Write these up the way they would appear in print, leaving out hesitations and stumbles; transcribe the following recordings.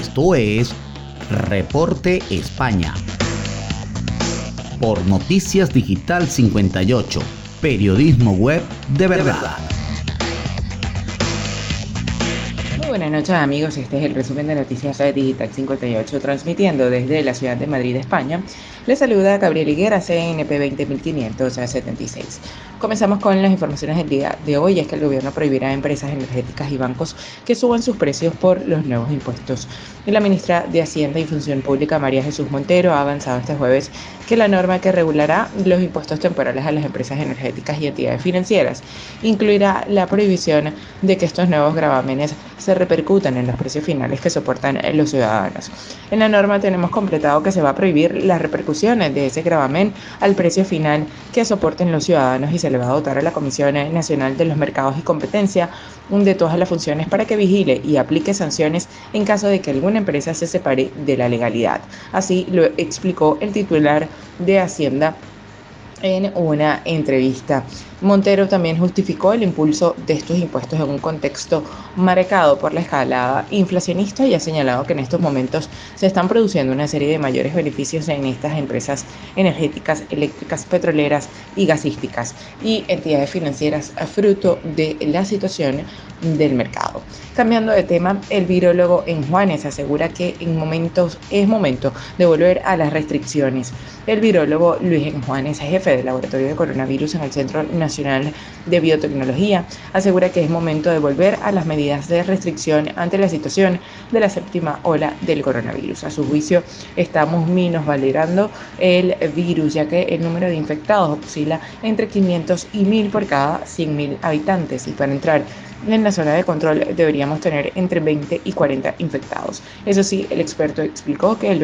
Esto es Reporte España por Noticias Digital 58, periodismo web de verdad. Muy buenas noches, amigos, este es el resumen de Noticias Digital 58, transmitiendo desde la ciudad de Madrid, España. Les saluda Gabriel Higuera, CNP 20576. Comenzamos con las informaciones del día de hoy. Es que el gobierno prohibirá a empresas energéticas y bancos que suban sus precios por los nuevos impuestos. La ministra de Hacienda y Función Pública, María Jesús Montero, ha avanzado este jueves que la norma que regulará los impuestos temporales a las empresas energéticas y entidades financieras incluirá la prohibición de que estos nuevos gravámenes se repercutan en los precios finales que soportan los ciudadanos. En la norma tenemos completado que se va a prohibir las repercusiones de ese gravamen al precio final que soporten los ciudadanos y se le va a dotar a la Comisión Nacional de los Mercados y Competencia de todas las funciones para que vigile y aplique sanciones en caso de que alguna empresa se separe de la legalidad. Así lo explicó el titular de Hacienda en una entrevista. Montero también justificó el impulso de estos impuestos en un contexto marcado por la escalada inflacionista y ha señalado que en estos momentos se están produciendo una serie de mayores beneficios en estas empresas energéticas, eléctricas, petroleras y gasísticas y entidades financieras fruto de la situación del mercado. Cambiando de tema, el virólogo Enjuanes asegura que es momento de volver a las restricciones. El virólogo Luis Enjuanes, jefe del laboratorio de coronavirus en el Centro Nacional de Biotecnología, asegura que es momento de volver a las medidas de restricción ante la situación de la séptima ola del coronavirus. A su juicio, estamos minusvalorando el virus, ya que el número de infectados oscila entre 500 y 1000 por cada 100.000 habitantes, y para entrar en la zona de control deberíamos tener entre 20 y 40 infectados. Eso sí, el experto explicó que en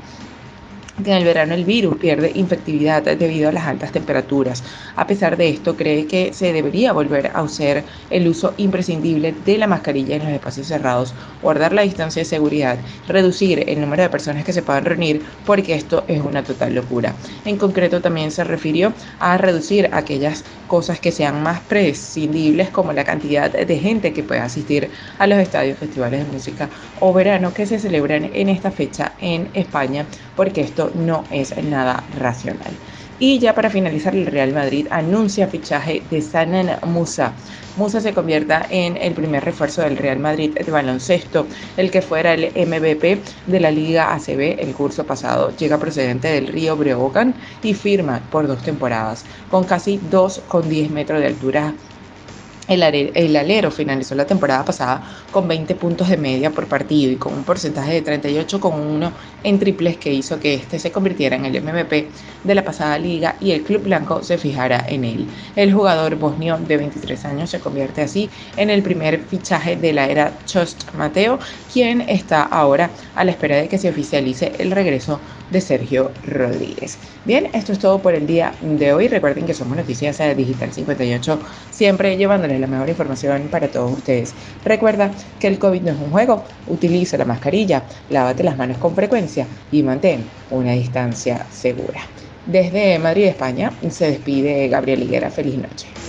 el verano el virus pierde infectividad debido a las altas temperaturas. A pesar de esto, cree que se debería volver a hacer el uso imprescindible de la mascarilla en los espacios cerrados, guardar la distancia de seguridad, reducir el número de personas que se puedan reunir, porque esto es una total locura. En concreto, también se refirió a reducir aquellas cosas que sean más prescindibles, como la cantidad de gente que pueda asistir a los estadios, festivales de música o verano que se celebran en esta fecha en España, porque esto no es nada racional. Y ya para finalizar, el Real Madrid anuncia fichaje de Sanan Musa. Musa se convierta en el primer refuerzo del Real Madrid de baloncesto, el que fuera el MVP de la Liga ACB el curso pasado. Llega procedente del Río Breogán y firma por 2 temporadas, con casi 2,10 metros de altura. El alero finalizó la temporada pasada con 20 puntos de media por partido y con un porcentaje de 38,1 en triples, que hizo que este se convirtiera en el MVP de la pasada liga y el club blanco se fijara en él. El jugador bosnio de 23 años se convierte así en el primer fichaje de la era Chost Mateo, quien está ahora a la espera de que se oficialice el regreso de Sergio Rodríguez. Bien, esto es todo por el día de hoy. Recuerden que somos Noticias Digital 58, siempre llevándoles la mejor información para todos ustedes. Recuerda que el COVID no es un juego. Utiliza la mascarilla, lávate las manos con frecuencia y mantén una distancia segura. Desde Madrid, España, se despide Gabriel Higuera. Feliz noche.